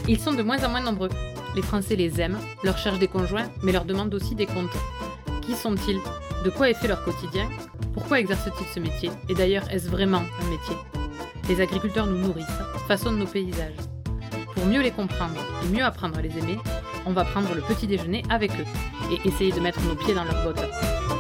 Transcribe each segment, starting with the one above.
Ils sont de moins en moins nombreux. Les Français les aiment, leur cherchent des conjoints, mais leur demandent aussi des comptes. Qui sont-ils? De quoi est fait leur quotidien? Pourquoi exercent-ils ce métier? Et d'ailleurs, est-ce vraiment un métier? Les agriculteurs nous nourrissent, façonnent nos paysages. Pour mieux les comprendre et mieux apprendre à les aimer, on va prendre le petit déjeuner avec eux et essayer de mettre nos pieds dans leurs bottes.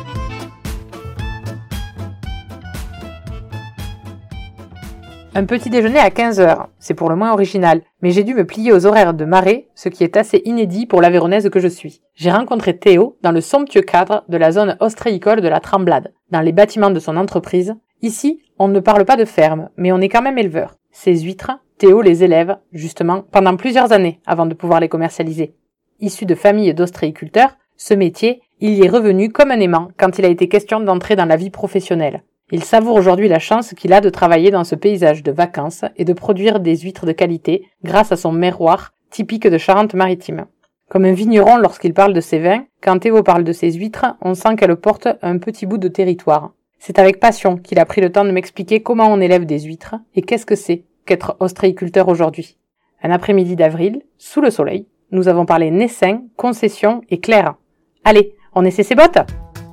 Un petit déjeuner à 15h, c'est pour le moins original, mais j'ai dû me plier aux horaires de marée, ce qui est assez inédit pour l'Aveyronnaise que je suis. J'ai rencontré Théo dans le somptueux cadre de la zone ostréicole de la Tremblade, dans les bâtiments de son entreprise. Ici, on ne parle pas de ferme, mais on est quand même éleveur. Ces huîtres, Théo les élève, justement, pendant plusieurs années avant de pouvoir les commercialiser. Issu de familles d'ostréiculteurs, ce métier, il y est revenu comme un aimant quand il a été question d'entrer dans la vie professionnelle. Il savoure aujourd'hui la chance qu'il a de travailler dans ce paysage de vacances et de produire des huîtres de qualité grâce à son merroir typique de Charente-Maritime. Comme un vigneron lorsqu'il parle de ses vins, quand Théo parle de ses huîtres, on sent qu'elle porte un petit bout de territoire. C'est avec passion qu'il a pris le temps de m'expliquer comment on élève des huîtres et qu'est-ce que c'est qu'être ostréiculteur aujourd'hui. Un après-midi d'avril, sous le soleil, nous avons parlé naissin, concession et clair. Allez, on essaie ses bottes!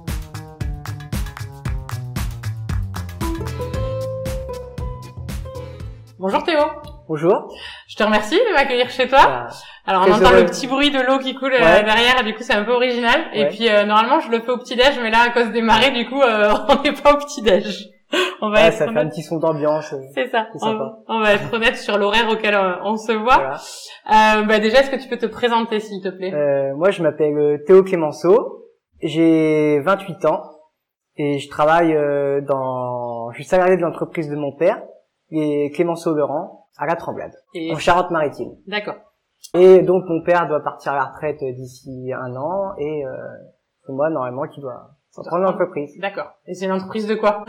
Bonjour Théo. Bonjour. Je te remercie de m'accueillir chez toi. Alors on entend le petit bruit de l'eau qui coule derrière, du coup c'est un peu original. Ouais. Et puis normalement je le fais au petit-déj, mais là à cause des marées, du coup on n'est pas au petit-déj. On va être ça honnête. Fait un petit son d'ambiance. C'est ça. On va être honnête sur l'horaire auquel on se voit. Voilà. Déjà, est-ce que tu peux te présenter s'il te plaît? Moi je m'appelle Théo Clémenceau. J'ai 28 ans et je travaille je suis salarié de l'entreprise de mon père, et Clémenceau Laurent, à la Tremblade, en Charente-Maritime. D'accord. Et donc mon père doit partir à la retraite d'ici 1 an et c'est moi normalement qui dois reprendre l'entreprise. D'accord. Et c'est une entreprise de quoi?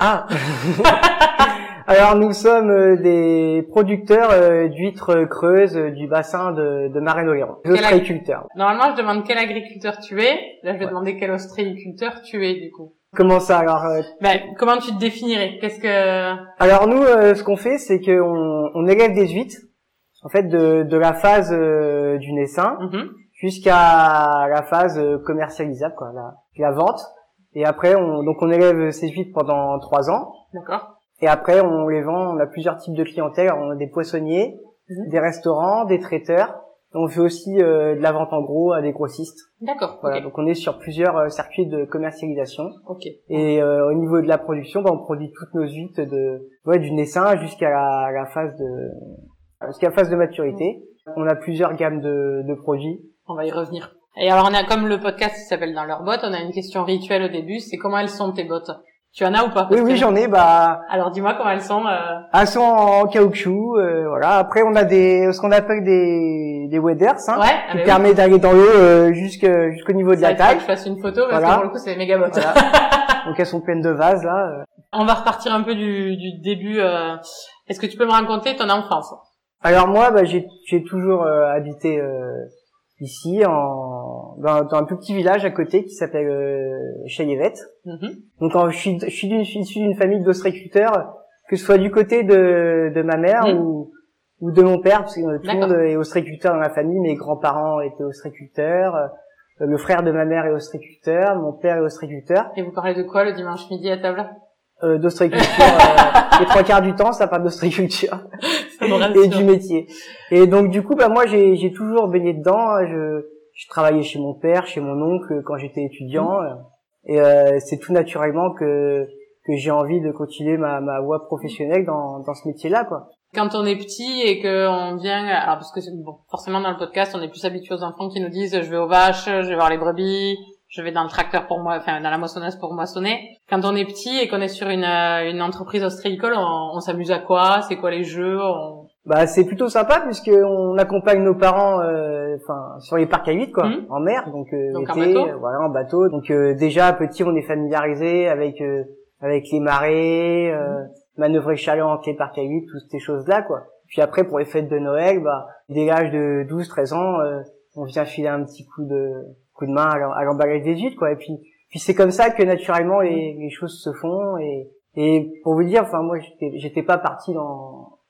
Alors nous sommes des producteurs d'huîtres creuses du bassin de Marais-Oléron, des ostréiculteurs. Normalement je demande quel agriculteur tu es, là je vais demander quel ostréiculteur tu es du coup. Comment ça alors comment tu te définirais? Qu'est-ce que... Alors nous, ce qu'on fait, c'est que on élève des huîtres, en fait, de la phase du naissin jusqu'à la phase commercialisable, quoi, la vente. Et après, on élève ces huîtres pendant 3 ans. D'accord. Et après, on les vend. On a plusieurs types de clientèle. On a des poissonniers, des restaurants, des traiteurs. On fait aussi de la vente en gros à des grossistes. D'accord. Voilà, donc on est sur plusieurs circuits de commercialisation. Ok. Et au niveau de la production, on produit toutes nos huîtres du naissin jusqu'à la phase de maturité. On a plusieurs gammes de produits. On va y revenir. Et alors on a, comme le podcast qui s'appelle Dans leurs bottes, on a une question rituelle au début, c'est comment elles sont tes bottes? Tu en as ou pas? Oui, j'en ai. Alors dis-moi comment elles sont. Elles sont en caoutchouc, voilà. Après, on a ce qu'on appelle des waders, qui permet d'aller dans l'eau jusqu'au niveau de la taille. Que je fasse une photo parce que pour le coup, c'est des méga bottes. Voilà. Donc elles sont pleines de vases là. On va repartir un peu du début. Est-ce que tu peux me raconter ton enfance? Alors moi, j'ai toujours habité ici dans un tout petit village à côté qui s'appelle Chaillévette. Donc je suis issu d'une famille d'ostréiculteurs, que ce soit du côté de ma mère ou de mon père, parce que tout le monde est ostréiculteur dans la famille. Mes grands-parents étaient ostréiculteurs, le frère de ma mère est ostréiculteur, mon père est ostréiculteur. Et vous parlez de quoi le dimanche midi à table? D'ostréiculture. Les 3/4 du temps ça parle d'ostréiculture et du métier. Et donc du coup moi j'ai toujours baigné dedans. Je travaillais chez mon père, chez mon oncle quand j'étais étudiant, et c'est tout naturellement que j'ai envie de continuer ma voie professionnelle dans ce métier-là, quoi. Quand on est petit et que on vient, alors parce que forcément dans le podcast on est plus habitué aux enfants qui nous disent je vais aux vaches, je vais voir les brebis, je vais dans le tracteur dans la moissonneuse pour moissonner. Quand on est petit et qu'on est sur une entreprise ostréicole, on s'amuse à quoi? C'est quoi les jeux? C'est plutôt sympa puisque on accompagne nos parents sur les parcs à huîtres, quoi, en mer, donc l'été, en bateau. Donc déjà petit on est familiarisé avec les marées, manœuvrer chaland entre les parcs à huîtres, toutes ces choses-là, quoi. Puis après pour les fêtes de Noël, dès l'âge de 12-13 ans, on vient filer un petit coup de main à l'emballage des huîtres, quoi. Et puis c'est comme ça que naturellement les choses se font. Et pour vous dire, moi j'étais pas parti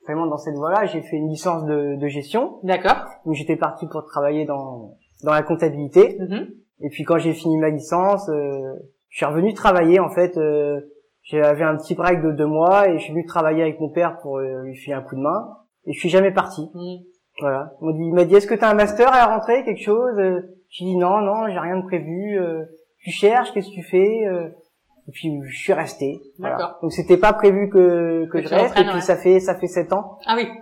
vraiment dans cette voie-là. J'ai fait une licence de gestion. D'accord. Donc j'étais parti pour travailler dans la comptabilité. Et puis quand j'ai fini ma licence, je suis revenu travailler en fait. J'avais un petit break de 2 mois et je suis venu travailler avec mon père pour lui filer un coup de main. Et je suis jamais parti. Voilà. Il m'a dit est-ce que t'as un master à la rentrée, quelque chose? J'ai dit non, j'ai rien de prévu. Tu cherches, qu'est-ce que tu fais? Et puis je suis resté. D'accord. Voilà. Donc c'était pas prévu que je reste. Et puis ça fait 7 ans. Ah oui.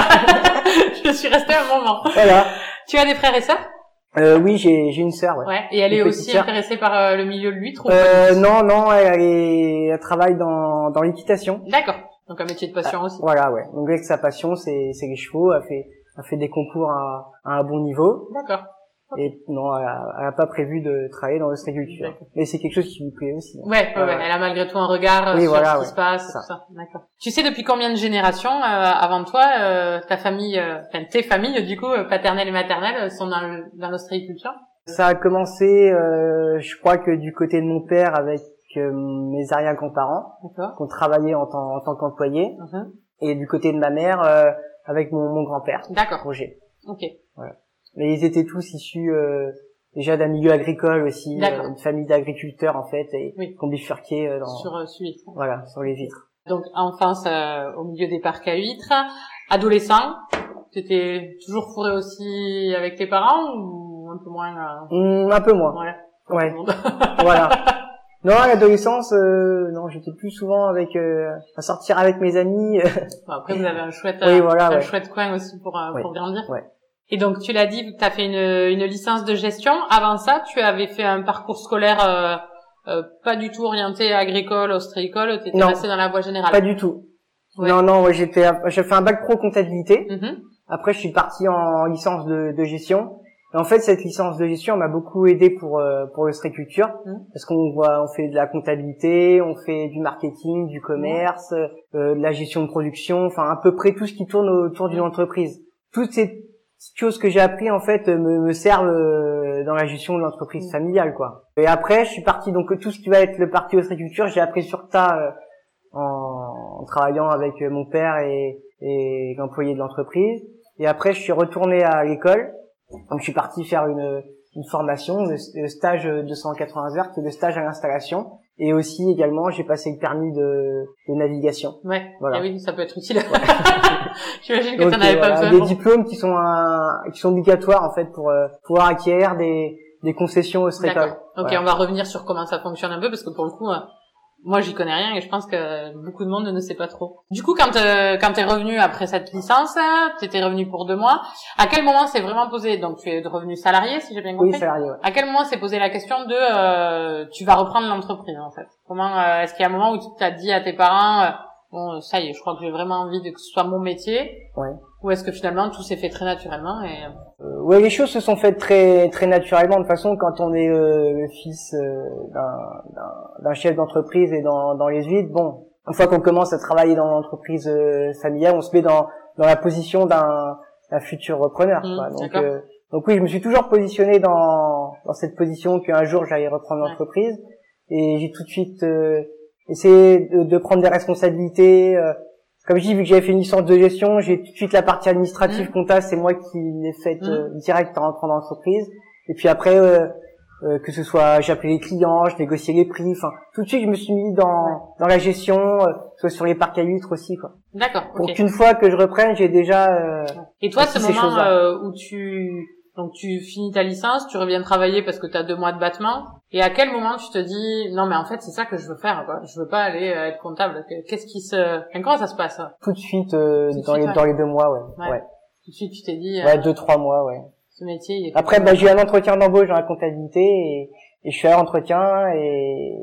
Je suis restée un moment. Voilà. Tu as des frères et sœurs? Oui, j'ai une sœur, ouais. Ouais. Et elle est aussi intéressée par le milieu de l'huître ou non, elle travaille dans l'équitation. D'accord. Donc un métier de passion aussi. Voilà, ouais. Donc avec sa passion, c'est les chevaux. Elle fait des concours à un bon niveau. D'accord. Et non, elle a pas prévu de travailler dans l'ostréiculture. Mais c'est quelque chose qui lui plaît aussi. Ouais. Elle a malgré tout un regard sur ce qui se passe, tout ça. D'accord. Tu sais depuis combien de générations avant toi, ta famille, tes familles du coup, paternelle et maternelle, sont dans l'ostréiculture? Ça a commencé, je crois que du côté de mon père avec mes arrière-grands-parents, qui ont travaillé en tant qu'employés, et du côté de ma mère avec mon grand-père. D'accord. Roger. Ok. Voilà. Mais ils étaient tous issus déjà d'un milieu agricole aussi, une famille d'agriculteurs en fait, et qui ont bifurqué sur l'huître. Voilà, sur les huîtres. Donc enfance au milieu des parcs à huîtres, adolescent, t'étais toujours fourré aussi avec tes parents ou un peu moins un peu moins. Ouais. Voilà. Non, à l'adolescence, non, j'étais plus souvent à sortir avec mes amis. Bon, après vous avez un chouette chouette coin aussi pour grandir. Ouais. Et donc tu l'as dit, tu as fait une licence de gestion. Avant ça, tu avais fait un parcours scolaire pas du tout orienté agricole, ostréicole, tu étais resté dans la voie générale. Pas du tout. Ouais. Non, j'ai fait un bac pro comptabilité. Après je suis parti en licence de gestion. Et en fait cette licence de gestion m'a beaucoup aidé pour l'ostréiculture parce on fait de la comptabilité, on fait du marketing, du commerce, de la gestion de production, enfin à peu près tout ce qui tourne autour d'une entreprise. Toutes ces choses que j'ai appris en fait me servent dans la gestion de l'entreprise familiale quoi. Et après je suis parti donc tout ce qui va être le parti ostréiculture, j'ai appris sur tas en travaillant avec mon père et l'employé de l'entreprise. Et après je suis retourné à l'école. Donc je suis parti faire une formation de stage 280 heures, de stage à l'installation. Et aussi également j'ai passé le permis de navigation. Ouais. Voilà. Ah oui, ça peut être utile. J'imagine que t'en avais pas besoin. Des diplômes qui sont obligatoires en fait pour pouvoir acquérir des concessions ostréicoles. D'accord. Ok, on va revenir sur comment ça fonctionne un peu parce que pour le coup moi j'y connais rien et je pense que beaucoup de monde ne sait pas trop. Du coup quand t'es revenu après cette licence, t'étais revenu pour 2 mois. À quel moment c'est vraiment posé, donc tu es revenu salarié si j'ai bien compris? Oui, salarié, ouais. À quel moment s'est posé la question de tu vas reprendre l'entreprise en fait? Comment est-ce qu'il y a un moment où tu t'as dit à tes parents bon ça y est, je crois que j'ai vraiment envie que ce soit mon métier? Ouais. Ou est-ce que finalement tout s'est fait très naturellement et ouais, les choses se sont faites très très naturellement. De toute façon, quand on est le fils d'un chef d'entreprise et dans les huîtres, bon, une fois qu'on commence à travailler dans l'entreprise familiale, on se met dans la position d'un futur repreneur. Quoi. Donc oui, je me suis toujours positionné dans cette position qu'un jour j'allais reprendre l'entreprise et j'ai tout de suite essayé de prendre des responsabilités. Comme je dis, vu que j'avais fait une licence de gestion, j'ai tout de suite la partie administrative, comptable, c'est moi qui l'ai faite direct en rentrant dans l'entreprise. Et puis après, que ce soit, j'appelais les clients, je négociais les prix, enfin, tout de suite je me suis mis dans la gestion, soit sur les parcs à huîtres aussi, quoi. D'accord. Pour qu'une fois que je reprenne, j'ai déjà. Et toi, ce moment où tu finis ta licence, tu reviens travailler parce que tu as 2 mois de battement. Et à quel moment tu te dis non mais en fait c'est ça que je veux faire quoi. Je veux pas aller être comptable. Comment ça se passe? Tout de suite dans les 2 mois ouais. Tout de suite tu t'es dit 2-3 mois ouais. Ce métier après j'ai eu un entretien d'embauche dans la comptabilité et je suis allé à l'entretien et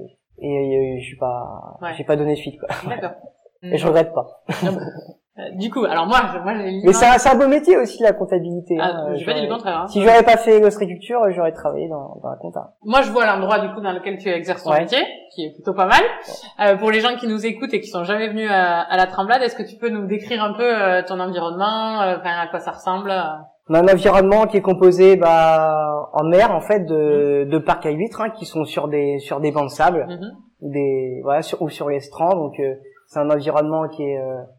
j'ai pas donné suite quoi. D'accord. Et je regrette pas. Du coup, alors moi j'ai mais c'est un beau métier aussi la comptabilité. J'ai pas dit le contraire. Si j'aurais pas fait l'ostréiculture, j'aurais travaillé dans la compta. Moi je vois l'endroit du coup dans lequel tu exerces ton métier, qui est plutôt pas mal. Pour les gens qui nous écoutent et qui sont jamais venus à la Tremblade, est-ce que tu peux nous décrire un peu ton environnement, à quoi ça ressemble? On a un environnement qui est composé en mer en fait de parcs à huîtres qui sont sur des bancs de sable, ou sur les strands, donc c'est un environnement qui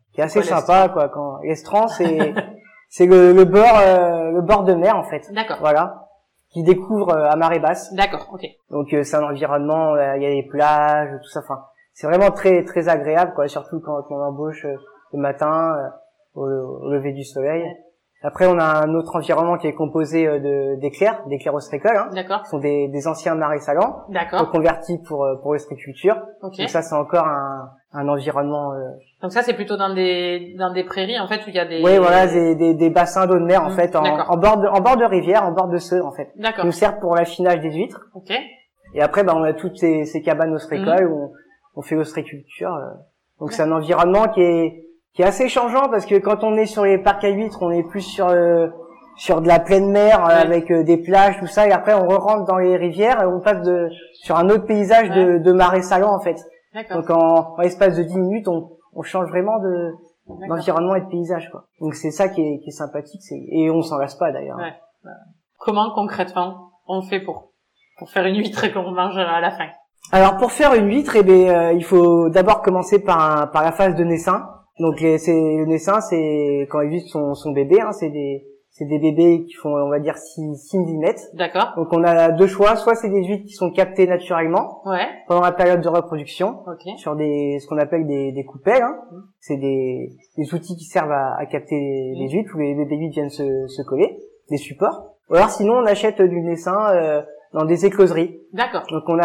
qui est assez sympa, quoi. Quand l'estran, c'est le bord de mer, en fait. D'accord. Voilà. Qui découvre à marée basse. D'accord, ok. Donc c'est un environnement, il y a les plages, tout ça. Enfin, c'est vraiment très très agréable, quoi. Surtout quand on embauche le matin au lever du soleil. Après, on a un autre environnement qui est composé d'éclairs ostréicoles, hein. D'accord. Ce sont des anciens marais salants. D'accord. Reconvertis pour l'ostréiculture. Okay. Donc ça, c'est encore un environnement. Donc ça, c'est plutôt dans des prairies, en fait, où il y a des. Oui, voilà, des bassins d'eau de mer, en fait, en bord de rivière, en bord de Seudre, en fait. D'accord. Qui nous servent pour l'affinage des huîtres. Ok. Et après, on a toutes ces cabanes ostréicoles où on fait l'ostréiculture. Donc c'est un environnement qui est assez changeant, parce que quand on est sur les parcs à huîtres, on est plus sur de la pleine mer, avec des plages, tout ça, et après on rentre dans les rivières et on passe sur un autre paysage de marais salants, en fait. D'accord. Donc en l'espace de 10 minutes, on change vraiment d'environnement et de paysage, quoi. Donc c'est ça qui est sympathique, et on s'en lasse pas d'ailleurs. Ouais. Comment concrètement on fait pour faire une huître qu'on mange à la fin? Alors pour faire une huître, il faut d'abord commencer par la phase de naissin. Donc le naissin, c'est quand les huîtres sont bébés, hein, c'est des bébés qui font, on va dire, 6 millimètres. D'accord. Donc on a deux choix, soit c'est des huîtres qui sont captées naturellement pendant la période de reproduction, sur ce qu'on appelle des coupelles, hein. C'est des outils qui servent à capter les huîtres, où les bébés huîtres viennent se coller, des supports. Ou alors sinon on achète du naissin dans des écloseries. D'accord. Donc on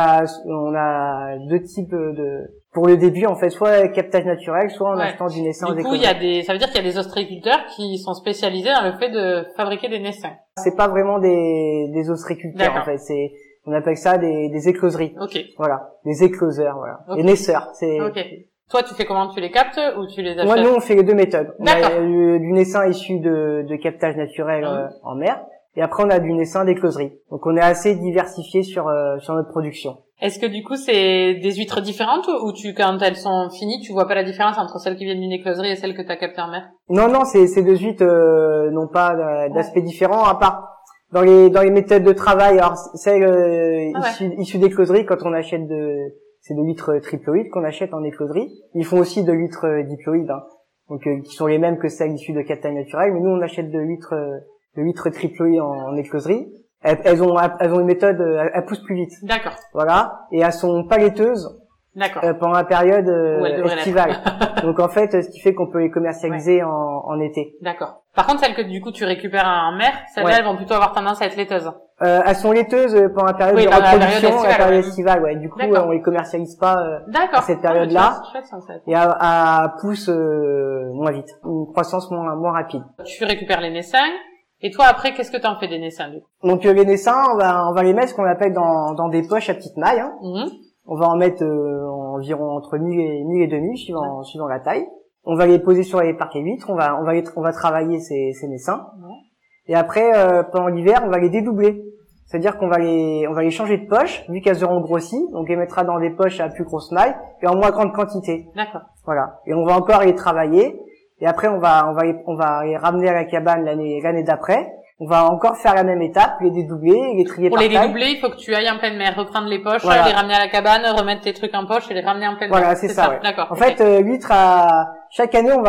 a deux types pour le début, en fait, soit captage naturel, soit en achetant du naissin. Du coup, ça veut dire qu'il y a des ostréiculteurs qui sont spécialisés dans le fait de fabriquer des naissins. C'est pas vraiment des ostréiculteurs, en fait. On appelle ça des écloseries. Ok. Voilà. Des écloseurs, voilà. Okay. Des naisseurs. Ok. Toi, tu fais comment? Tu les captes ou tu les achètes? Moi, nous, on fait les deux méthodes. D'accord. On a du naissin issu de captage naturel en mer. Et après, on a du naissin d'écloserie. Donc, on est assez diversifié sur notre production. Est-ce que du coup, c'est des huîtres différentes ou quand elles sont finies, tu vois pas la différence entre celles qui viennent d'une écloserie et celles que tu as captées en mer? Non, c'est deux huîtres n'ont pas d'aspect différent, à part dans les méthodes de travail. Alors, celles issues d'écloserie, quand on achète c'est de l'huître triploïde qu'on achète en écloserie. Ils font aussi de l'huître diploïde, hein. Donc qui sont les mêmes que celles issues de captage naturel, mais nous on achète de l'huître triploïde en écloserie. Elles ont une méthode, elles poussent plus vite. D'accord. Voilà. Et elles sont pas laiteuses. D'accord. Pendant la période estivale. Donc en fait, ce qui fait qu'on peut les commercialiser en été. D'accord. Par contre, celles que du coup tu récupères en mer, celles-là, elles vont plutôt avoir tendance à être laiteuses. Elles sont laiteuses pendant la période de reproduction, la période estivale, ouais. Du coup, on les commercialise pas à cette période-là. Et elles poussent moins vite, une croissance moins rapide. Tu récupères les naissins. Et toi, après, qu'est-ce que t'en fais des naissins, du coup? Donc les naissins, on va les mettre ce qu'on appelle dans des poches à petite maille, hein. On va en mettre environ entre 1000 et 2000 suivant la taille. On va les poser sur les parquets huîtres, on va travailler ces naissins. Et après pendant l'hiver, on va les dédoubler. C'est-à-dire qu'on va les changer de poche vu qu'elles auront grossi, donc on les mettra dans des poches à plus grosse maille et en moins grande quantité. D'accord. Voilà. Et on va encore les travailler. Et après, on va les ramener à la cabane l'année d'après. On va encore faire la même étape, les dédoubler, les trier par taille. Pour les dédoubler, il faut que tu ailles en pleine mer, reprendre les poches, les ramener à la cabane, remettre tes trucs en poche et les ramener en pleine mer. Voilà, c'est ça. Ouais. D'accord. En fait, l'huître, chaque année, on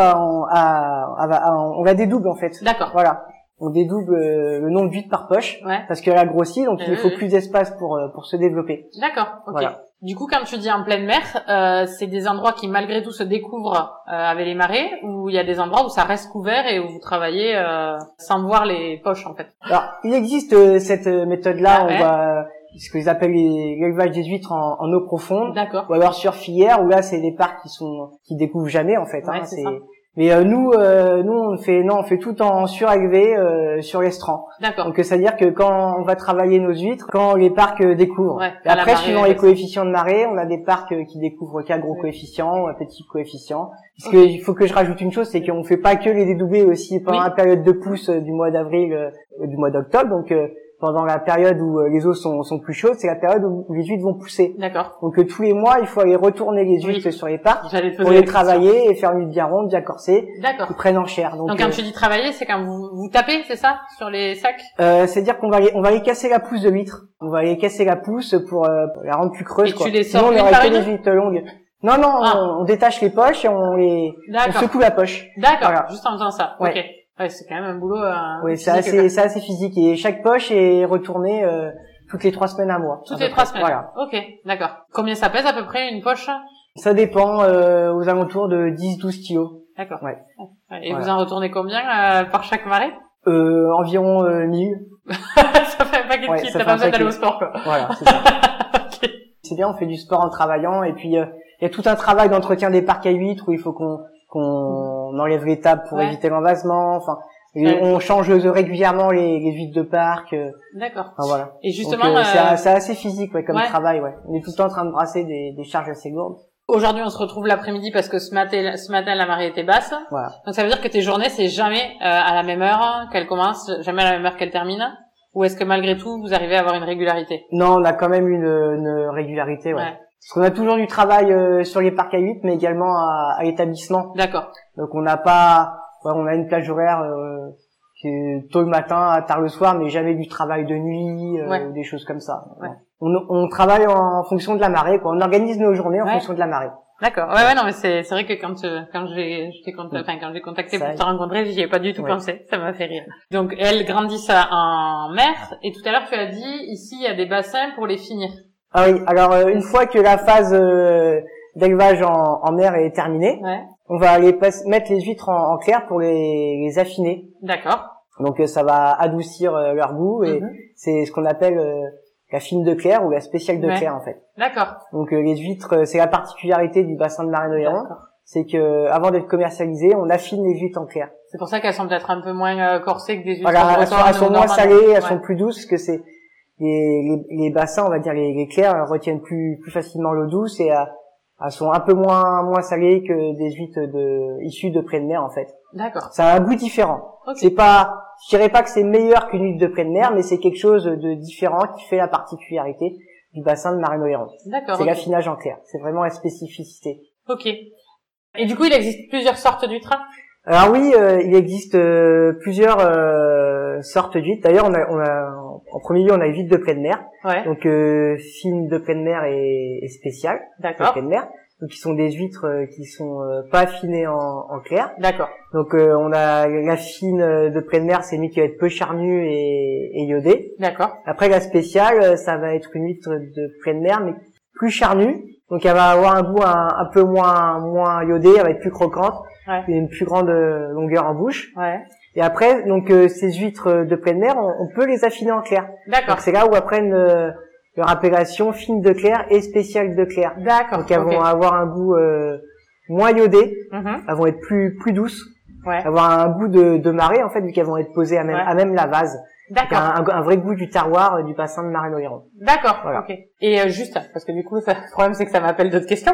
la dédouble, en fait. D'accord. Voilà. On dédouble le nombre d'huîtres par poche. Parce qu'elle a grossi, donc il faut plus d'espace pour se développer. D'accord. Ok. Voilà. Du coup, quand tu dis en pleine mer, c'est des endroits qui malgré tout se découvrent avec les marées, ou il y a des endroits où ça reste couvert et où vous travaillez sans voir les poches en fait. Alors, il existe cette méthode-là, on va ce qu'ils appellent l'élevage des huîtres en eau profonde. D'accord. Ou alors sur filière, où là c'est des parcs qui découvrent jamais en fait. C'est ça. Mais nous on fait tout en surélevé sur l'estran. D'accord. Donc c'est-à-dire que quand on va travailler nos huîtres, quand les parcs découvrent. Et après suivant les coefficients de marée, on a des parcs qui découvrent qu'à gros coefficients ou à petits coefficients. Parce que il faut que je rajoute une chose, c'est qu'on fait pas que les dédoubler aussi pendant la période de pousse du mois d'avril du mois d'octobre. Donc pendant la période où les eaux sont plus chaudes, c'est la période où les huîtres vont pousser. D'accord. Donc tous les mois, il faut aller retourner les huîtres sur les parcs pour les travailler et faire une huître bien ronde, bien corsée. D'accord. Qui prennent en chair. Donc quand tu dis travailler, c'est quand vous tapez, c'est ça, sur les sacs? C'est-à-dire qu'on va les casser la pousse de l'huître. On va les casser la pousse pour la rendre plus creuse. Et tu les sors sinon, une par une? des huîtres longues. Non, on détache les poches et on secoue la poche. D'accord, voilà. Juste en faisant ça. Ouais. Ok. Ouais, c'est quand même un boulot. Oui, c'est assez physique et chaque poche est retournée toutes les 3 semaines à mois. Toutes les 3 semaines. Voilà. Ok, d'accord. Combien ça pèse à peu près une poche? Ça dépend aux alentours de 10-12 kilos. D'accord. Ouais. Et vous en retournez combien par chaque marée? Environ 1000. Ça fait un paquet de kilos, t'as pas besoin d'aller au sport quoi. Voilà, c'est ça. Okay. C'est bien, on fait du sport en travaillant et puis il y a tout un travail d'entretien des parcs à huîtres où il faut qu'on enlève les tables pour éviter l'envasement, enfin on change régulièrement les huîtres de parc. D'accord. Enfin, voilà. Et justement c'est assez physique comme travail On est tout le temps en train de brasser des charges assez lourdes. Aujourd'hui, on se retrouve l'après-midi parce que ce matin la marée était basse. Voilà. Donc ça veut dire que tes journées c'est jamais à la même heure qu'elles commencent, jamais à la même heure qu'elles terminent. Ou est-ce que malgré tout vous arrivez à avoir une régularité? Non, on a quand même une régularité, ouais. Parce qu'on a toujours du travail sur les parcs à huîtres, mais également à l'établissement. D'accord. Donc on n'a pas, on a une plage horaire qui est tôt le matin à tard le soir, mais jamais du travail de nuit ou des choses comme ça. Ouais. On travaille en fonction de la marée, quoi. On organise nos journées en fonction de la marée. D'accord. Ouais, non, mais c'est vrai que quand j'ai contacté pour te rencontrer, j'y ai pas du tout pensé. Ça m'a fait rire. Donc, elles grandissent en mer. Et tout à l'heure, tu as dit, ici, il y a des bassins pour les finir. Ah oui. Alors, une fois que la phase d'élevage en mer est terminée, on va aller mettre les huîtres en clair pour les affiner. D'accord. Donc, ça va adoucir leur goût et c'est ce qu'on appelle la fine de Clair ou la spéciale de Clair en fait. D'accord. Donc les huîtres, c'est la particularité du bassin de marée d'Oléron, c'est que avant d'être commercialisées, on affine les huîtres en clair. C'est pour ça qu'elles sont peut-être un peu moins corsées que des huîtres. Voilà, elles sont moins salées, elles sont plus douces, parce que c'est les bassins, on va dire les clairs, retiennent plus facilement l'eau douce et elles sont un peu moins salées que des huîtres issues de près de mer en fait. D'accord. Ça a un goût différent. Okay. Je dirais pas que c'est meilleur qu'une huître de près de mer, mais c'est quelque chose de différent qui fait la particularité du bassin de marée d'Oléron. D'accord. C'est l'affinage en clair. C'est vraiment la spécificité. Ok. Et du coup, il existe plusieurs sortes d'huîtres? Alors oui, il existe plusieurs sortes d'huîtres. D'ailleurs, on a en premier lieu, on a les huîtres de pleine mer. Ouais. Donc fines de pleine mer et spéciales de pleine mer. Donc qui sont des huîtres qui sont pas affinées en clair. D'accord. Donc on a la fine de pleine mer, c'est une huître qui va être peu charnue et iodée. D'accord. Après la spéciale, ça va être une huître de pleine mer mais plus charnue. Donc elle va avoir un goût un peu moins iodé, elle va être plus croquante, une plus grande longueur en bouche. Ouais. Et après donc ces huîtres de pleine mer, on peut les affiner en clair. D'accord. Donc c'est là où elles prennent leur appellation fine de clair et spéciale de clair. D'accord. Donc elles vont avoir un goût moins iodé, elles vont être plus douces, avoir un goût de marée en fait vu qu'elles vont être posées à même la vase. D'accord. Un vrai goût du terroir du bassin de marée d'Oléron. D'accord. Voilà. Ok. Et juste parce que du coup le problème c'est que ça m'appelle d'autres questions.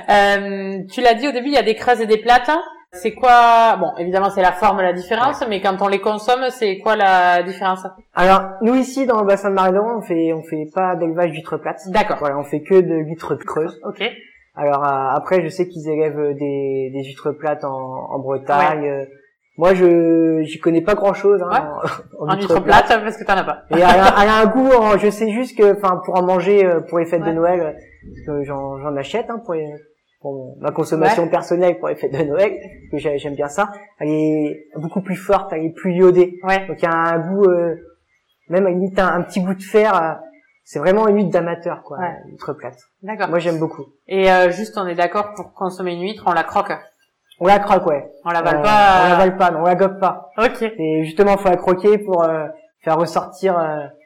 Tu l'as dit au début, il y a des creuses et des plates. C'est quoi? Bon, évidemment, c'est la forme, la différence, mais quand on les consomme, c'est quoi la différence? Alors, nous ici, dans le bassin de marée d'Oléron, on fait pas d'élevage d'huîtres plates. D'accord. Voilà, on fait que de huîtres creuses. Ok. Alors, après, je sais qu'ils élèvent des huîtres plates en Bretagne. Moi, j'y connais pas grand chose, en huîtres plates, parce que t'en as pas. Et elle a un goût, je sais juste que, pour en manger, pour les fêtes de Noël, parce que j'en achète, pour ma consommation personnelle pour les fêtes de Noël, parce que j'aime bien ça. Elle est beaucoup plus forte, elle est plus iodée. Ouais. Donc il y a un goût, même limite un petit goût de fer. C'est vraiment une huître d'amateur, quoi. Une huître plate. D'accord. Moi j'aime beaucoup. Et juste, on est d'accord, pour consommer une huître, on la croque. On la croque, ouais. On l'avale pas. On l'avale pas, non, on la gobe pas. Ok. Et justement, faut la croquer pour faire ressortir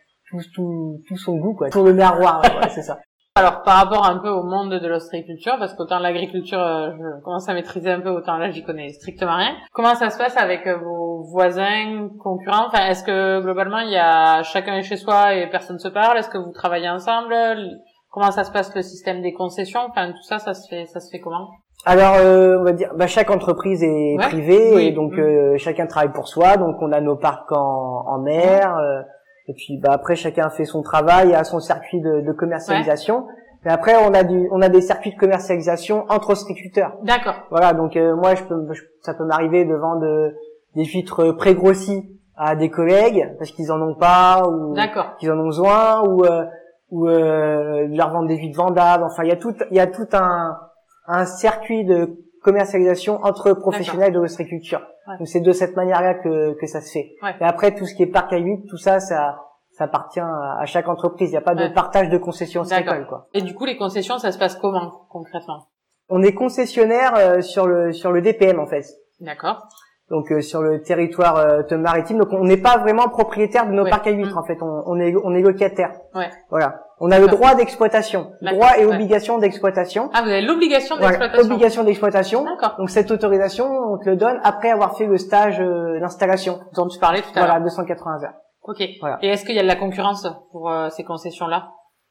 tout son goût, quoi. Tout le miroir, c'est ça. Alors, par rapport un peu au monde de l'ostréiculture, parce qu'autant l'agriculture, je commence à maîtriser un peu, autant là, j'y connais strictement rien. Comment ça se passe avec vos voisins, concurrents? Enfin, est-ce que, globalement, il y a chacun est chez soi et personne se parle? Est-ce que vous travaillez ensemble? Comment ça se passe le système des concessions? Enfin, tout ça, ça se fait comment? Alors, on va dire, chaque entreprise est privée, et donc chacun travaille pour soi. Donc, on a nos parcs en mer, et puis après chacun fait son travail, a son circuit de commercialisation. Et après, on a des circuits de commercialisation entre ostréiculteurs. D'accord. Voilà, donc moi, ça peut m'arriver de vendre des huîtres pré-grossies à des collègues parce qu'ils en ont pas ou qu'ils en ont besoin, ou leur vendre des huîtres vendables. Enfin, il y a tout un circuit de commercialisation entre professionnels de l'ostréiculture. Ouais. Donc c'est de cette manière-là que ça se fait. Ouais. Et après tout ce qui est parc à huîtres, tout ça appartient à chaque entreprise. Il n'y a pas de partage de concessions ostréicoles, quoi. Et du coup, les concessions, ça se passe comment concrètement? On est concessionnaire sur le DPM en fait. D'accord. Donc sur le territoire maritime. Donc on n'est pas vraiment propriétaire de nos parcs à huîtres en fait. On est locataire. Ouais. Voilà. On a le droit d'exploitation, droit et obligation d'exploitation. Ah, vous avez l'obligation d'exploitation. Voilà, obligation d'exploitation. D'accord. Donc cette autorisation, on te le donne après avoir fait le stage d'installation dont tu parlais tout à l'heure. Voilà, 280 heures. Ok. Voilà. Et est-ce qu'il y a de la concurrence pour ces concessions-là?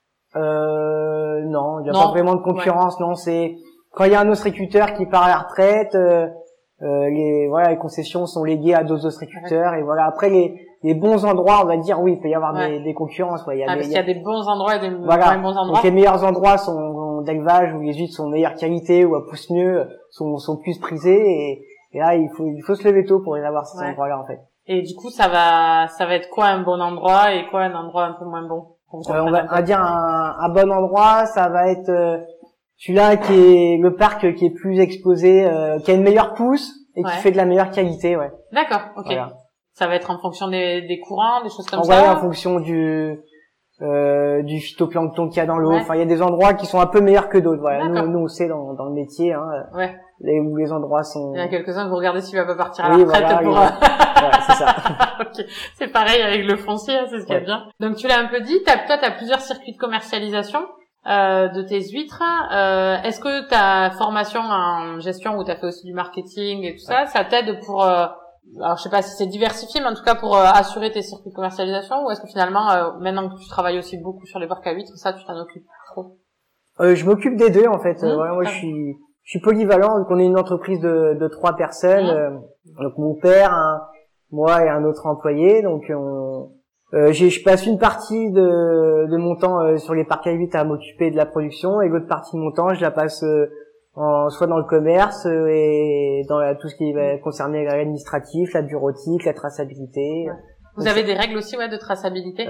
Non, il n'y a pas vraiment de concurrence. Non, c'est quand il y a un ostréiculteur qui part à la retraite, les concessions sont léguées à d'autres ostréiculteurs et voilà. Après les bons endroits, on va dire oui, il peut y avoir des concurrences. Ouais, parce qu'il y a des bons endroits et des moins bons endroits. Donc les meilleurs endroits sont d'élevage où les huîtres sont de meilleure qualité, où elles poussent mieux, sont plus prisées et là il faut se lever tôt pour les avoir ces endroits-là en fait. Et du coup ça va être quoi un bon endroit et quoi un endroit un peu moins bon? On va dire un bon endroit, ça va être celui-là qui est le parc qui est plus exposé, qui a une meilleure pousse et qui fait de la meilleure qualité, ouais. D'accord, ok. Voilà. Ça va être en fonction des courants, des choses comme ça. Ouais, en fonction du phytoplancton qu'il y a dans l'eau. Enfin, il y a des endroits qui sont un peu meilleurs que d'autres. Voilà, nous on sait dans le métier, hein. Ouais. Où les endroits sont. Il y en a quelques-uns que vous regardez s'il va pas partir à la retraite pour. Ouais, c'est ça. Ok. C'est pareil avec le foncier, c'est ce qu'il y a bien. Donc tu l'as un peu dit, toi t'as plusieurs circuits de commercialisation. De tes huîtres, est-ce que ta formation en gestion où tu as fait aussi du marketing et tout ça t'aide pour alors je sais pas si c'est diversifié mais en tout cas pour assurer tes circuits de commercialisation ou est-ce que finalement maintenant que tu travailles aussi beaucoup sur les parcs à huîtres, ça tu t'en occupes trop? Je m'occupe des deux en fait. Voilà, moi je suis polyvalent, donc on est une entreprise de 3 personnes, donc mon père, moi et un autre employé, donc je passe une partie de mon temps sur les parcs à huîtres à m'occuper de la production et l'autre partie de mon temps je la passe soit dans le commerce et dans tout ce qui va concerner l'administratif, la bureautique, la traçabilité. Ouais. Vous avez des règles aussi de traçabilité?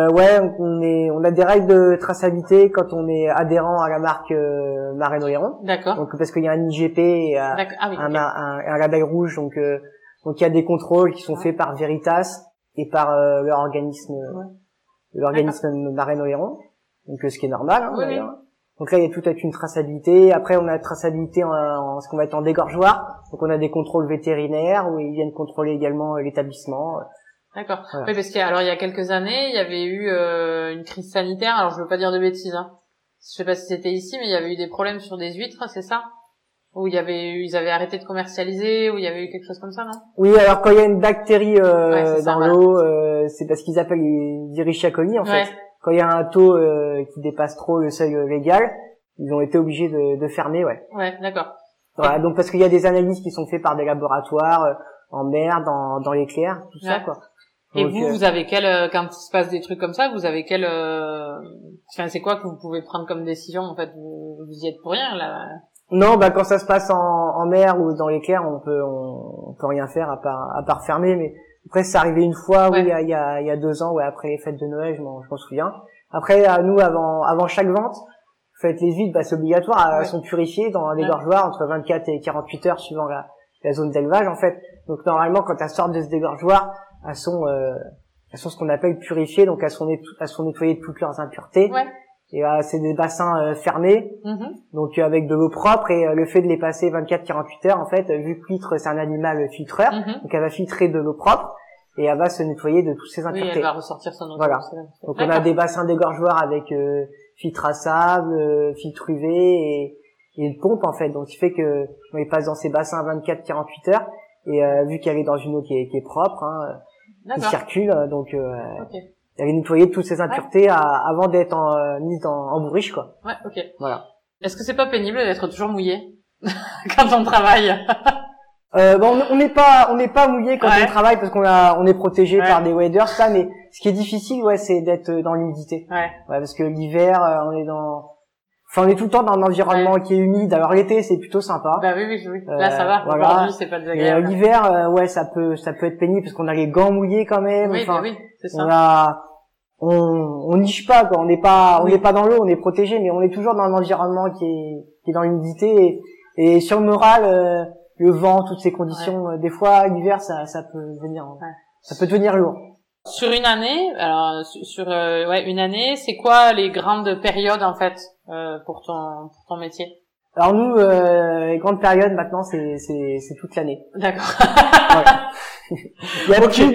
On a des règles de traçabilité quand on est adhérent à la marque Marais-Oléron. D'accord. Donc parce qu'il y a un IGP et un label rouge, donc il y a des contrôles qui sont faits par Veritas et par l'organisme Marais-Oléron, donc ce qui est normal d'ailleurs. Donc là il y a toute une traçabilité. Après on a la traçabilité en ce qu'on va être en dégorgeoir, donc on a des contrôles vétérinaires où ils viennent contrôler également l'établissement. D'accord. Voilà. Oui, parce qu'il y a quelques années il y avait eu une crise sanitaire, alors je veux pas dire de bêtises, je sais pas si c'était ici, mais il y avait eu des problèmes sur des huîtres, c'est ça? Où ils avaient arrêté de commercialiser, où il y avait eu quelque chose comme ça, non? Oui, alors quand il y a une bactérie dans l'eau, c'est parce qu'ils appellent les Escherichia coli en fait. Quand il y a un taux qui dépasse trop le seuil légal, ils ont été obligés de fermer, Ouais, d'accord. Voilà, donc parce qu'il y a des analyses qui sont faites par des laboratoires en mer, dans les clairs, tout ça quoi. Et donc, vous avez quand il se passe des trucs comme ça, vous avez c'est quoi que vous pouvez prendre comme décision en fait? Vous y êtes pour rien là? Non, quand ça se passe en mer ou dans les clairs, on peut rien faire à part fermer. Mais après, c'est arrivé une fois, il y a 2 ans, après les fêtes de Noël, je m'en souviens. Après, nous, avant chaque vente, en fait, les huîtres, c'est obligatoire, elles sont purifiées dans les dégorgeoirs entre 24 et 48 heures suivant la zone d'élevage, en fait. Donc normalement, quand elles sortent de ce dégorgeoir, elles sont ce qu'on appelle purifiées, donc elles sont nettoyées de toutes leurs impuretés. Ouais. Et c'est des bassins fermés, donc avec de l'eau propre, et le fait de les passer 24-48 heures, en fait, vu que l'huître c'est un animal filtreur, donc elle va filtrer de l'eau propre et elle va se nettoyer de toutes ses impuretés. Oui, elle va ressortir son eau. Voilà. Donc on a des bassins dégorgeoirs avec filtre à sable, filtre UV et une pompe en fait. Donc ce qui fait que on les passe dans ces bassins 24-48 heures et vu qu'elle est dans une eau qui est propre, qui circule, donc elle est nettoyée de toutes ces impuretés avant d'être mise en bourriche quoi. Ouais, ok. Voilà. Est-ce que c'est pas pénible d'être toujours mouillé quand on travaille? On n'est pas mouillé quand on travaille parce on est protégé par des waders, ça, mais ce qui est difficile, c'est d'être dans l'humidité. Ouais, parce que l'hiver, on est tout le temps dans un environnement qui est humide. Alors l'été, c'est plutôt sympa. Bah oui. Là, ça va. Voilà. Aujourd'hui, c'est pas désagréable. Et l'hiver, ça peut être pénible parce qu'on a les gants mouillés quand même. Oui, c'est ça. On niche pas quoi, on n'est pas dans l'eau, on est protégé, mais on est toujours dans un environnement qui qui est dans l'humidité et sur le moral, le vent, toutes ces conditions, des fois l'hiver ça peut devenir lourd. Sur une année, alors sur une année, c'est quoi les grandes périodes en fait pour ton métier? Alors nous, les grandes périodes maintenant, c'est toute l'année. D'accord. Il y a plus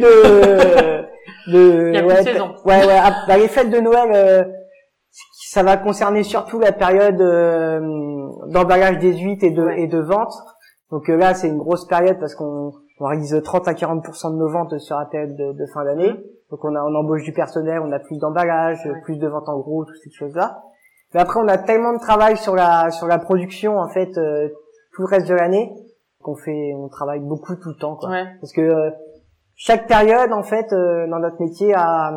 il y a plus de saison. Les fêtes de Noël, ça va concerner surtout la période d'emballage des huîtres et de vente. Donc là, c'est une grosse période parce qu'on réalise 30 à 40% de nos ventes sur la période de fin d'année. Donc on embauche du personnel, on a plus d'emballage, plus de ventes en gros, toutes ces choses-là. Mais après, on a tellement de travail sur la production en fait tout le reste de l'année on travaille beaucoup tout le temps quoi. Parce que chaque période en fait dans notre métier a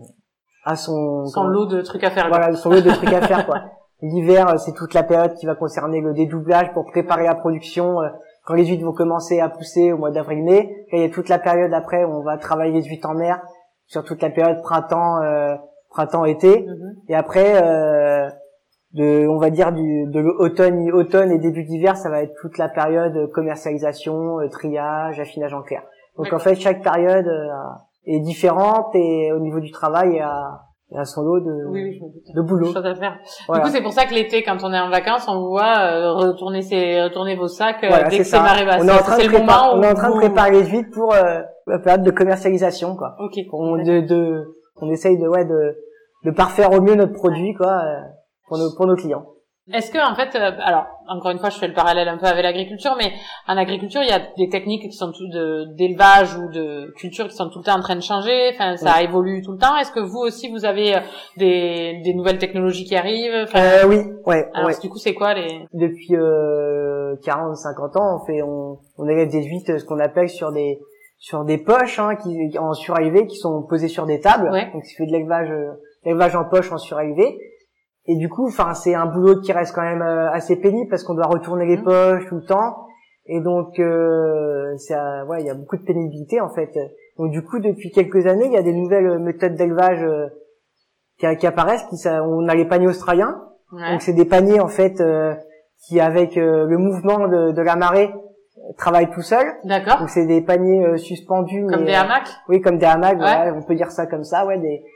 son lot de trucs à faire. Voilà, son lot de trucs à faire quoi. L'hiver, c'est toute la période qui va concerner le dédoublage pour préparer la production quand les huîtres vont commencer à pousser au mois d'avril-mai. Et il y a toute la période après où on va travailler les huîtres en mer sur toute la période printemps-été. Et après on va dire de automne et début d'hiver, ça va être toute la période commercialisation, triage, affinage en clair. Donc en fait, chaque période est différente et au niveau du travail, il y a son lot de boulot. Choses à faire. Voilà. Du coup, c'est pour ça que l'été, quand on est en vacances, on vous voit retourner vos sacs dès que c'est marée basse. On est en train de préparer les huîtres pour la période de commercialisation, quoi. Ok. On essaye de parfaire au mieux notre produit, quoi. Pour nos clients. Est-ce que en fait, alors encore une fois, je fais le parallèle un peu avec l'agriculture, mais en agriculture, il y a des techniques qui sont d'élevage ou de culture qui sont tout le temps en train de changer. Enfin, ça évolue tout le temps. Est-ce que vous aussi, vous avez des nouvelles technologies qui arrivent? Oui. Alors, du coup, c'est quoi les? Depuis 40-50 ans, on élève des huîtres, ce qu'on appelle sur des poches, qui en surélevé, qui sont posées sur des tables. Donc, il fait de l'élevage en poche en surélevé. Et du coup, c'est un boulot qui reste quand même assez pénible parce qu'on doit retourner les poches tout le temps. Et donc, il y a beaucoup de pénibilité en fait. Donc du coup, depuis quelques années, il y a des nouvelles méthodes d'élevage qui apparaissent. On a les paniers australiens. Donc c'est des paniers en fait qui, avec le mouvement de la marée, travaillent tout seuls. D'accord. Donc c'est des paniers suspendus. Comme des hamacs. Oui, comme des hamacs. Ouais. On peut dire ça comme ça.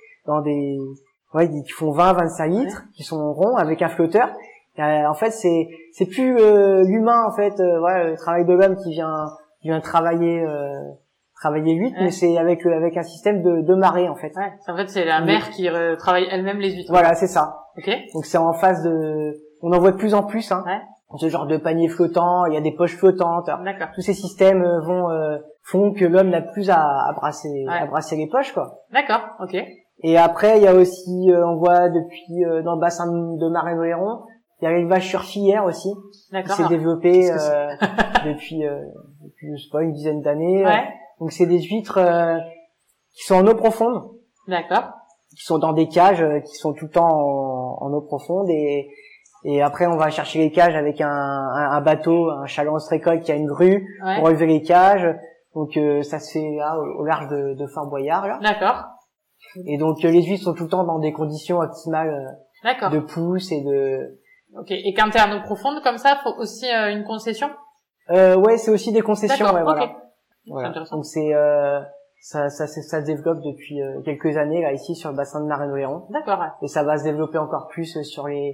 Qui font 20-25 litres, qui sont ronds avec un flotteur. En fait, c'est plus l'humain en fait, le travail de l'homme qui vient travailler l'huître, mais c'est avec un système de marée en fait. Ouais, en fait, c'est la mer qui travaille elle-même les huîtres. Voilà, c'est ça. OK. Donc c'est en phase on en voit de plus en plus ce genre de panier flottant, il y a des poches flottantes. D'accord. Tous ces systèmes font que l'homme n'a plus à brasser les poches quoi. D'accord. OK. Et après, il y a aussi, on voit depuis dans le bassin de Marais-Noëron, il y a l'élevage sur filière aussi, qui s'est développé depuis je sais pas, une dizaine d'années. Donc c'est des huîtres qui sont en eau profonde. D'accord. Qui sont dans des cages qui sont tout le temps en eau profonde et après on va chercher les cages avec un bateau, un chaland récolte qui a une grue pour relever les cages. Donc ça se fait là au large de Fort Boyard là. D'accord. Et donc les huîtres sont tout le temps dans des conditions optimales de pousse et de. Ok. Et quand t'es en eau profonde comme ça, faut aussi une concession? C'est aussi des concessions. D'accord. Voilà. Donc c'est ça se développe depuis quelques années là ici sur le bassin de Marais-Noëron. D'accord. Et ça va se développer encore plus sur les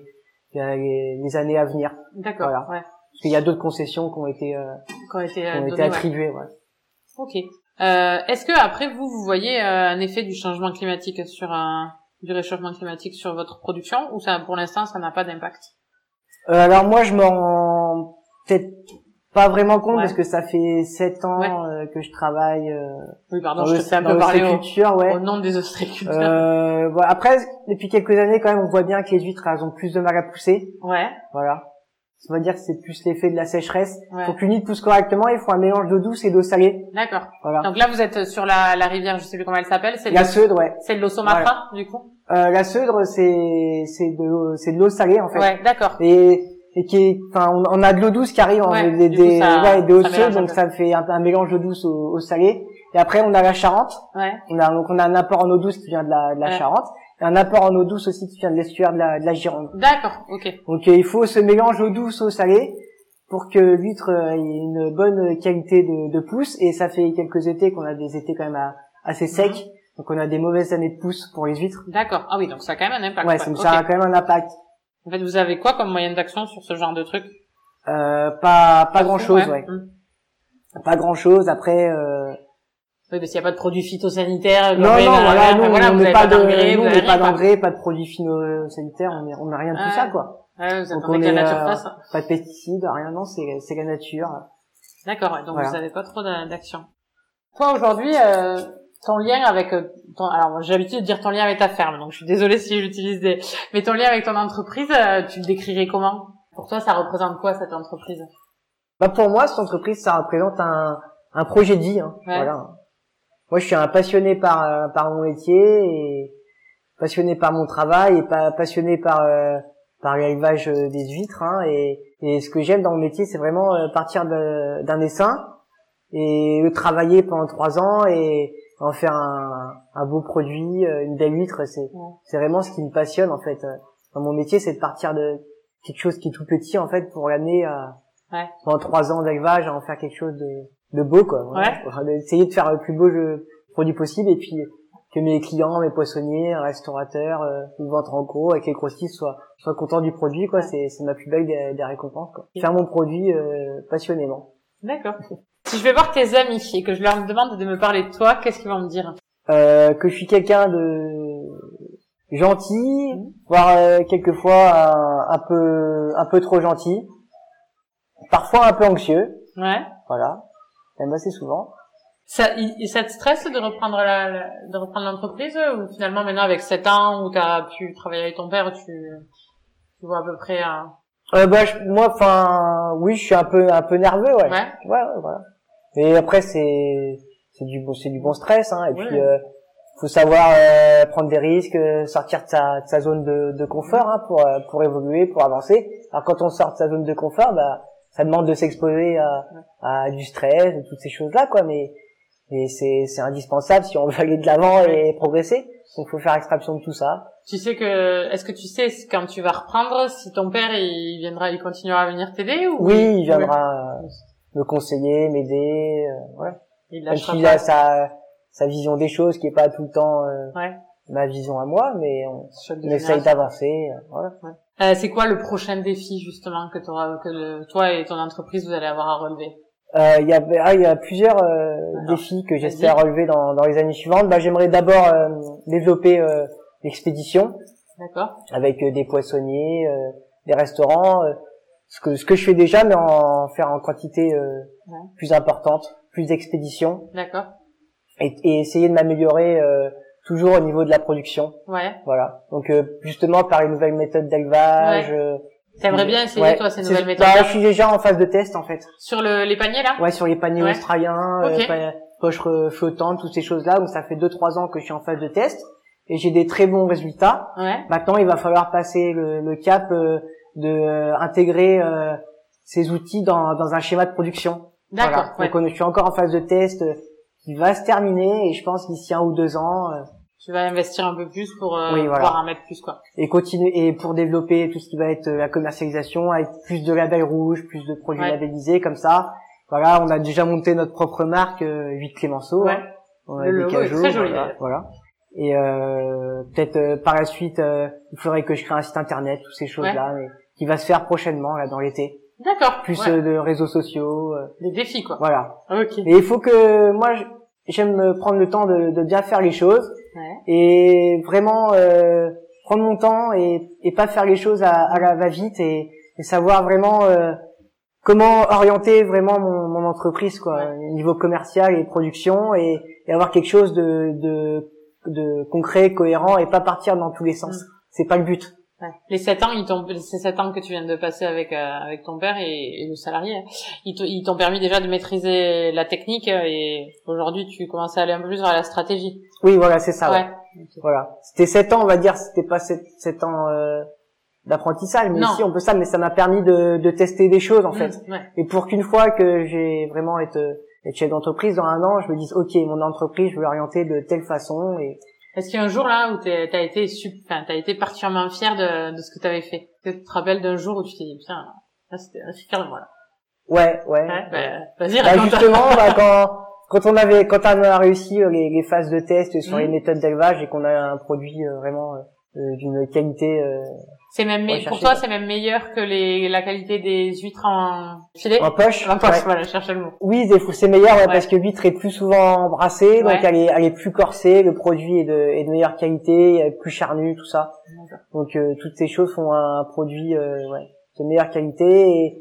années à venir. D'accord. Voilà. Parce qu'il y a d'autres concessions qui ont été attribuées. Ouais. Ok. Est-ce que après vous voyez un effet du changement climatique du réchauffement climatique sur votre production ou ça pour l'instant ça n'a pas d'impact? Alors moi je me rends peut-être pas vraiment compte parce que ça fait 7 ans que je travaille oui pardon, je te fais un peu parler au nom des ostréiculteurs. Après depuis quelques années quand même on voit bien que les huîtres elles ont plus de mal à pousser. Ouais. Voilà. On va dire que c'est plus l'effet de la sécheresse. Pour qu'une huître pousse correctement, il faut un mélange d'eau douce et d'eau salée. D'accord. Voilà. Donc là, vous êtes sur la rivière, je sais plus comment elle s'appelle. La Seudre, C'est de l'eau Saumatra, du coup? La Seudre, c'est de l'eau salée, en fait. Ouais, d'accord. Et on a de l'eau douce qui arrive de haute Seudre, donc ça fait un mélange d'eau douce au salé. Et après, on a la Charente. Ouais. On a un apport en eau douce qui vient de la Charente. un apport en eau douce aussi qui vient de l'estuaire de la Gironde. D'accord, ok. Donc il faut ce mélange eau douce, eau salée pour que l'huître ait une bonne qualité de pousse. Et ça fait quelques étés qu'on a des étés quand même assez secs. Donc on a des mauvaises années de pousse pour les huîtres. D'accord. Ah oui, donc ça a quand même un impact. Ouais, ça a quand même un impact. En fait, vous avez quoi comme moyen d'action sur ce genre de truc? Pas grand chose, ouais. Pas grand chose. Après, oui, parce qu'il n'y a pas de produits phytosanitaires. Non, voilà, nous, on met pas d'engrais, pas de produits phytosanitaires, on met rien de tout ça, quoi. Ouais, vous attendez la nature fasse. Pas de pesticides, rien, non, c'est la nature. D'accord, ouais, donc voilà. Vous avez pas trop d'action. Toi, aujourd'hui, ton lien avec alors j'ai l'habitude de dire ton lien avec ta ferme, donc je suis désolée si j'utilise mais ton lien avec ton entreprise, tu le décrirais comment? Pour toi, ça représente quoi cette entreprise? Bah pour moi, cette entreprise, ça représente un projet de vie, hein. Ouais. Voilà. Moi, je suis un passionné par mon métier et passionné par mon travail et passionné par l'élevage des huîtres, hein. Et ce que j'aime dans mon métier, c'est vraiment partir d'un essaim et le travailler pendant 3 ans et en faire un beau produit, une belle huître. C'est vraiment ce qui me passionne en fait. Dans mon métier, c'est de partir de quelque chose qui est tout petit en fait pour l'amener pendant 3 ans d'élevage à en faire quelque chose de beau, quoi. Ouais. Essayer de faire le plus beau produit possible et puis que mes clients, mes poissonniers, restaurateurs, ou ventes en gros avec les grossistes soient contents du produit, quoi. C'est ma plus belle des récompenses, quoi. Faire mon produit passionnément. D'accord. Si je vais voir tes amis et que je leur demande de me parler de toi, qu'est-ce qu'ils vont me dire? Que je suis quelqu'un de gentil, voire quelquefois un peu trop gentil, parfois un peu anxieux. Ouais. Voilà. Même assez souvent. Ça te stresse de reprendre l'entreprise ou finalement maintenant avec 7 ans où t'as pu travailler avec ton père, tu vois à peu près oui, je suis un peu nerveux, ouais. Ouais, voilà. Mais après c'est du bon stress, hein. Et puis faut savoir prendre des risques, sortir de sa zone de confort, hein, pour évoluer, pour avancer. Alors quand on sort de sa zone de confort, bah ça demande de s'exposer à du stress, de toutes ces choses-là, quoi. Mais c'est indispensable si on veut aller de l'avant et progresser. Donc faut faire extraction de tout ça. Est-ce que tu sais quand tu vas reprendre si ton père il continuera à venir t'aider ou? Oui, il viendra me conseiller, m'aider, ouais. Même s'il a sa vision des choses qui est pas tout le temps ma vision à moi, mais on essaye d'avancer, voilà. Ouais. C'est quoi le prochain défi justement que toi et ton entreprise vous allez avoir à relever? Il y a plusieurs défis que j'espère relever dans les années suivantes. Bah j'aimerais d'abord développer l'expédition. D'accord. Avec des poissonniers, des restaurants, ce que je fais déjà, mais en faire en quantité plus importante, plus d'expéditions. D'accord. Et essayer de m'améliorer toujours au niveau de la production. Ouais. Voilà. Donc justement par les nouvelles méthodes d'élevage. Ouais. T'aimerais bien essayer toi ces nouvelles méthodes? Bah, je suis déjà en phase de test en fait. Sur les paniers là? Ouais, sur les paniers australiens, poches flottantes, toutes ces choses-là. Donc ça fait 2-3 ans que je suis en phase de test et j'ai des très bons résultats. Ouais. Maintenant, il va falloir passer le cap de intégrer ces outils dans un schéma de production. D'accord. Voilà. Donc je suis encore en phase de test qui va se terminer et je pense d'ici 1 ou 2 ans tu vas investir un peu plus pour pouvoir en mettre plus, quoi. Et continuer, et pour développer tout ce qui va être la commercialisation avec plus de labels rouges, plus de produits labellisés, comme ça. Voilà, on a déjà monté notre propre marque, Huîtres Clémenceau. Ouais. On a des cajots, très joli. Voilà. Et peut-être par la suite, il faudrait que je crée un site internet, toutes ces choses-là, mais qui va se faire prochainement, là, dans l'été. D'accord. Plus de réseaux sociaux. Des défis, quoi. Voilà. Ok. Et il faut que, moi, j'aime me prendre le temps de bien faire les choses. Et vraiment prendre mon temps et pas faire les choses à la va-vite et savoir vraiment comment orienter vraiment mon entreprise, quoi, niveau commercial et production, et avoir quelque chose de concret, cohérent, et pas partir dans tous les sens. C'est pas le but. Ouais. Ces 7 ans que tu viens de passer avec ton père et le salarié, ils t'ont permis déjà de maîtriser la technique et aujourd'hui tu commences à aller un peu plus vers la stratégie. Oui, voilà, c'est ça. Ouais. Okay. Voilà. C'était 7 ans, on va dire, c'était pas 7 ans d'apprentissage, mais ici on peut ça, mais ça m'a permis de tester des choses en fait. Ouais. Et pour qu'une fois que j'ai vraiment être chef d'entreprise dans 1 an, je me dise OK, mon entreprise, je veux l'orienter de telle façon et Est-ce qu'il y a un jour là où t'as été particulièrement fier de ce que t'avais fait? Tu te rappelles d'un jour où tu t'es dit, putain, là, c'était fier de moi, là. Ouais. Vas-y, raconte. Justement, quand on a réussi les phases de test sur les méthodes d'élevage et qu'on a un produit vraiment d'une qualité c'est même pour toi, c'est même meilleur que la qualité des huîtres en filet? En poche. Voilà, je cherchais le mot. Oui, c'est meilleur, parce que l'huître est plus souvent brassée, donc elle est plus corsée, le produit est de meilleure qualité, elle est plus charnu, tout ça. Donc toutes ces choses font un produit de meilleure qualité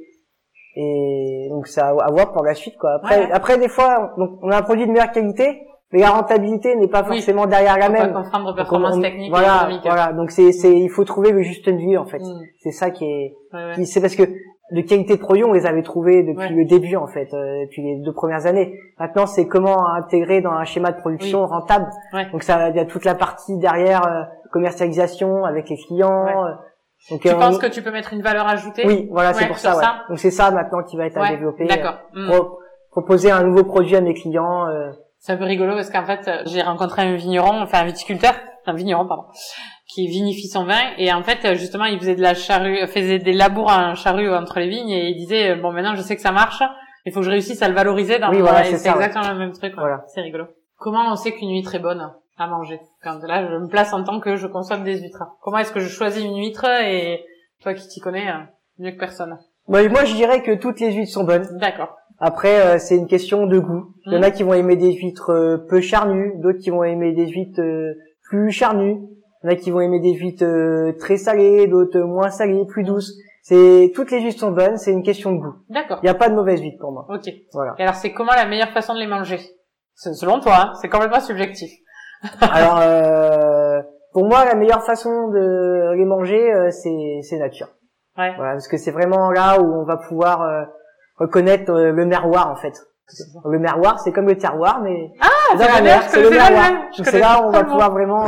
et donc ça à voir pour la suite, quoi. Après des fois on a un produit de meilleure qualité, mais la rentabilité n'est pas forcément derrière la même. On peut comprendre performance technique et économique. Voilà. Donc il faut trouver le juste milieu, en fait. C'est ça qui est, c'est parce que de qualité de produit, on les avait trouvés depuis le début, en fait, depuis les 2 premières années. Maintenant, c'est comment intégrer dans un schéma de production rentable. Donc il y a toute la partie derrière, commercialisation avec les clients. Donc, tu penses que tu peux mettre une valeur ajoutée? Oui, voilà, c'est pour ça. Donc c'est ça maintenant qui va être à développer. D'accord. Proposer un nouveau produit à mes clients. C'est un peu rigolo parce qu'en fait, j'ai rencontré un vigneron, qui vinifie son vin et en fait, justement, il faisait des labours en charrue entre les vignes et il disait bon, maintenant je sais que ça marche, il faut que je réussisse à le valoriser dans c'est exactement le même truc. Voilà. C'est rigolo. Comment on sait qu'une huître est bonne à manger? Quand là, je me place en tant que je consomme des huîtres. Comment est-ce que je choisis une huître et toi qui t'y connais mieux que personne? Moi, je dirais que toutes les huîtres sont bonnes. D'accord. Après, c'est une question de goût. Il y en a qui vont aimer des huîtres peu charnues, d'autres qui vont aimer des huîtres plus charnues. Il y en a qui vont aimer des huîtres très salées, d'autres moins salées, plus douces. Toutes les huîtres sont bonnes, c'est une question de goût. D'accord. Il n'y a pas de mauvaise huître pour moi. Ok. Voilà. Et alors, c'est comment la meilleure façon de les manger? Selon toi, c'est complètement subjectif. Alors, pour moi, la meilleure façon de les manger, c'est nature. Voilà, parce que c'est vraiment là où on va pouvoir reconnaître le merroir, en fait. Le merroir, c'est comme le terroir, mais dans la mer, c'est le merroir. Donc c'est là où on va pouvoir vraiment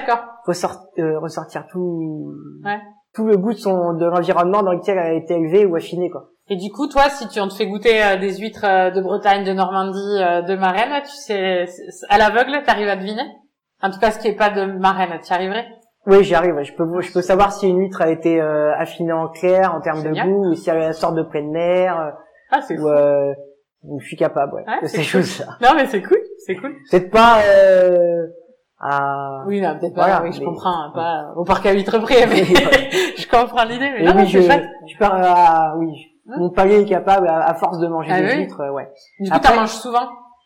ressortir tout le goût de l'environnement dans lequel elle a été élevée ou affinée, quoi. Et du coup, toi, si on te fait goûter des huîtres de Bretagne, de Normandie, de Marennes, tu sais, à l'aveugle, t'arrives à deviner? En tout cas, ce qui est pas de Marennes, tu y arriverais? Oui, j'y arrive. Je peux savoir si une huître a été affinée en clair en termes de goût, ou si elle a une sorte de pleine mer. C'est fou. Je suis capable, de ces choses-là. Non, mais c'est cool. Peut-être pas Oui, non, peut-être pas. Je comprends, pas au parc à huîtres près, mais je comprends l'idée. Mais non, c'est chouette. Je pars mon palais est capable à force de manger des huîtres, Du coup, t'en manges souvent?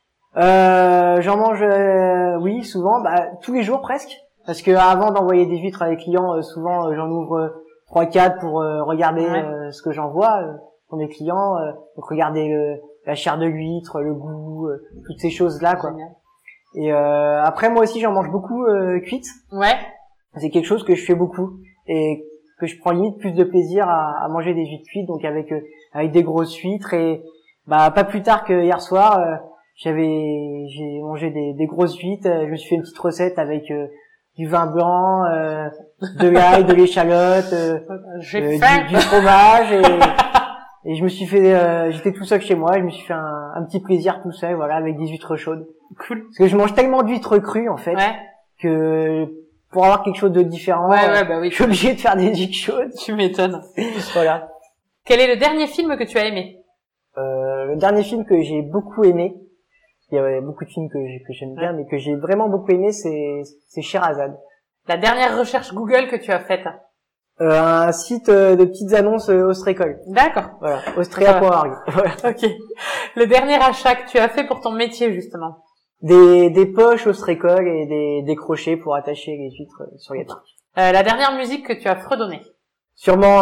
J'en mange, oui, souvent, tous les jours presque. Parce que avant d'envoyer des huîtres à des clients, souvent j'en ouvre 3-4 pour regarder ce que j'envoie pour mes clients, donc regarder la chair de l'huître, le goût, toutes ces choses-là, quoi. Génial. Et après moi aussi j'en mange beaucoup cuite. Ouais. C'est quelque chose que je fais beaucoup et que je prends limite plus de plaisir à manger des huîtres cuites, donc avec des grosses huîtres et pas plus tard que hier soir, j'ai mangé des grosses huîtres, je me suis fait une petite recette avec du vin blanc, de l'ail, de l'échalote, du fromage et je me suis fait j'étais tout seul chez moi, je me suis fait un petit plaisir tout seul, voilà, avec des huîtres chaudes. Cool. Parce que je mange tellement d'huîtres crues en fait que pour avoir quelque chose de différent, je suis obligé de faire des huîtres chaudes. Tu m'étonnes. Voilà. Quel est le dernier film que tu as aimé? Le dernier film que j'ai beaucoup aimé, il y a beaucoup de films que j'aime bien, mais que j'ai vraiment beaucoup aimé, c'est Sherazade. La dernière recherche Google que tu as faite? Un site de petites annonces Austrécole. D'accord. Voilà, austria.org. Voilà. Ok. Le dernier achat que tu as fait pour ton métier, justement? Des poches Austrécole et des crochets pour attacher les huîtres sur les parcs. La dernière musique que tu as fredonnée? Sûrement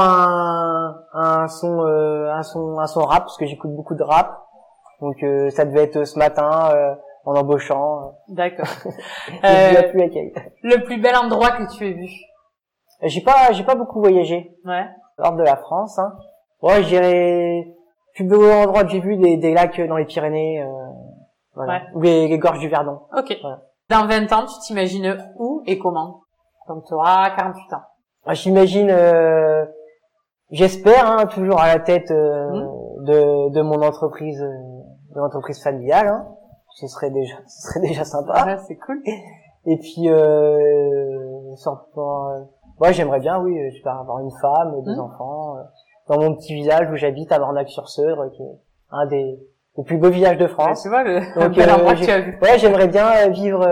un son rap, parce que j'écoute beaucoup de rap. Donc ça devait être ce matin en embauchant. D'accord. Je sais plus laquelle. Le plus bel endroit que tu aies vu? J'ai pas beaucoup voyagé. Ouais. Hors de la France, hein. Ouais, j'irais plus beau endroit que j'ai vu des lacs dans les Pyrénées, voilà. Ou les gorges du Verdon. OK. Voilà. Dans 20 ans, tu t'imagines où et comment? Donc tu auras 48 ans. J'imagine j'espère toujours à la tête de mon entreprise de l'entreprise familiale, hein. Ce serait déjà sympa. Ouais, c'est cool. Et puis ouais, j'aimerais bien, oui, j'espère avoir une femme, des enfants, dans mon petit village où j'habite à Bornac-sur-Seudre, qui est un des plus beaux villages de France. Tu vois, donc endroit que tu as vu. Ouais, j'aimerais bien vivre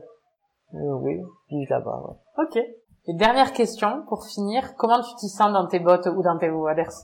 là-bas. Ouais. Ok. Et dernière question pour finir, comment tu t'y sens dans tes bottes ou dans tes waders?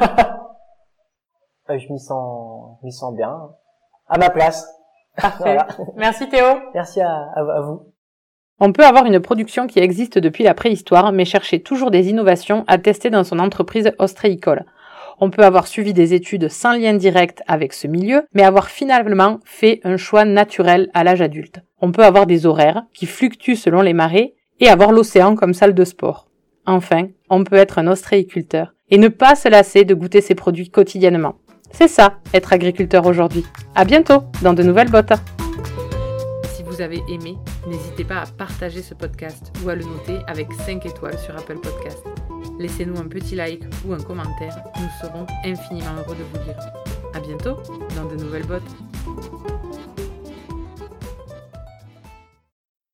Je m'y sens bien, à ma place. Parfait. Voilà. Merci Théo. Merci à vous. On peut avoir une production qui existe depuis la préhistoire, mais chercher toujours des innovations à tester dans son entreprise ostréicole. On peut avoir suivi des études sans lien direct avec ce milieu, mais avoir finalement fait un choix naturel à l'âge adulte. On peut avoir des horaires qui fluctuent selon les marées et avoir l'océan comme salle de sport. Enfin, on peut être un ostréiculteur et ne pas se lasser de goûter ses produits quotidiennement. C'est ça, être agriculteur aujourd'hui. À bientôt dans de nouvelles bottes. Si vous avez aimé, n'hésitez pas à partager ce podcast ou à le noter avec 5 étoiles sur Apple Podcast. Laissez-nous un petit like ou un commentaire, nous serons infiniment heureux de vous lire. À bientôt dans de nouvelles bottes.